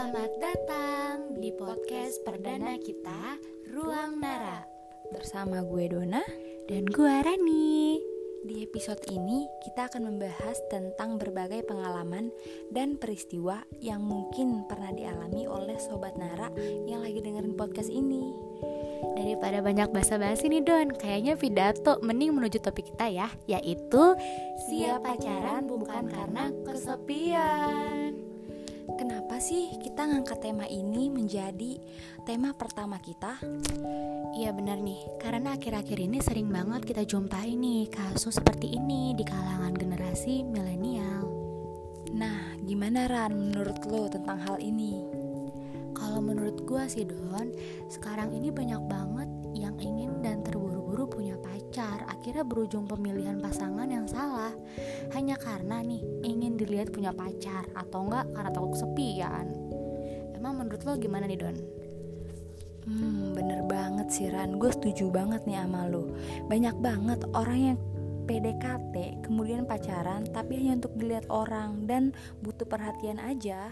Selamat datang di podcast perdana kita, Ruang Nara. Bersama gue Dona dan gue Rani. Di episode ini kita akan membahas tentang berbagai pengalaman dan peristiwa yang mungkin pernah dialami oleh Sobat Nara yang lagi dengerin podcast ini. Daripada banyak basa-basi nih Don, kayaknya pidato, mending menuju topik kita ya, yaitu siap pacaran bukan karena kesepian. Kenapa sih kita ngangkat tema ini menjadi tema pertama kita? Iya benar nih, karena akhir-akhir ini sering banget kita jumpai nih kasus seperti ini di kalangan generasi milenial. Nah, gimana Ran menurut lo tentang hal ini? Kalau menurut gue sih Don, sekarang ini banyak banget yang ingin dan terburu-buru punya pacar, akhirnya berujung pemilihan pasangan yang salah hanya karena nih ingin dilihat punya pacar, atau enggak karena takut kesepian. Emang menurut lo gimana nih Don? Bener banget sih Ran, gue setuju banget nih sama lo. Banyak banget orang yang PDKT kemudian pacaran tapi hanya untuk dilihat orang dan butuh perhatian aja.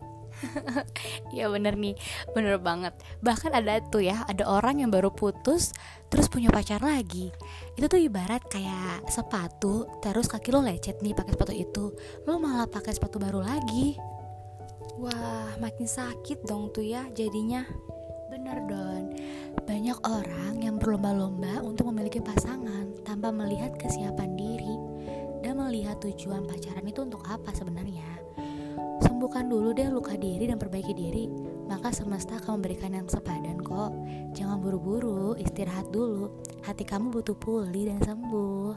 Ya bener nih, bener banget. Bahkan ada orang yang baru putus terus punya pacar lagi. Itu tuh ibarat kayak sepatu, terus kaki lo lecet nih pakai sepatu itu, lo malah pakai sepatu baru lagi. Wah, makin sakit dong tuh ya jadinya. Bener Don, banyak orang yang berlomba-lomba untuk memiliki pasangan tanpa melihat kesiapan diri dan melihat tujuan pacaran itu untuk apa sebenarnya. Sembuhkan dulu deh luka diri dan perbaiki diri, maka semesta akan memberikan yang sepadan kok. Jangan buru-buru, istirahat dulu. Hati kamu butuh pulih dan sembuh.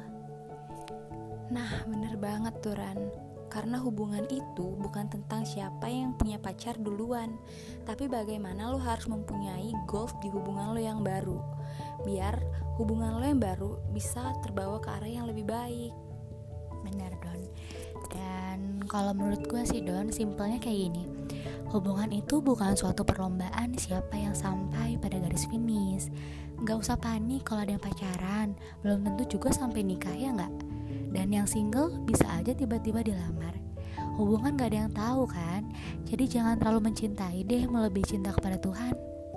Nah, bener banget tuh Ran. Karena hubungan itu bukan tentang siapa yang punya pacar duluan, tapi bagaimana lo harus mempunyai goals di hubungan lo yang baru, biar hubungan lo yang baru bisa terbawa ke arah yang lebih baik. Benar Don. Dan kalau menurut gue sih Don, simpelnya kayak gini. Hubungan itu bukan suatu perlombaan siapa yang sampai pada garis finish. Gak usah panik kalau ada yang pacaran, belum tentu juga sampai nikah, ya gak? Dan yang single bisa aja tiba-tiba dilamar. Hubungan gak ada yang tahu kan. Jadi jangan terlalu mencintai deh, melebihi cinta kepada Tuhan.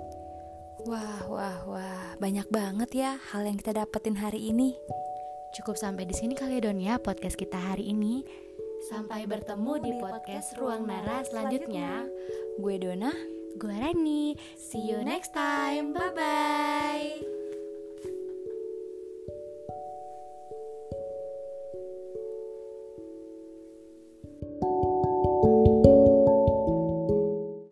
Wah, banyak banget ya hal yang kita dapetin hari ini. Cukup sampai di sini kali ya Don ya podcast kita hari ini. Sampai bertemu di podcast Ruang Nara selanjutnya. Gue Dona, gue Rani. See you next time. Bye-bye.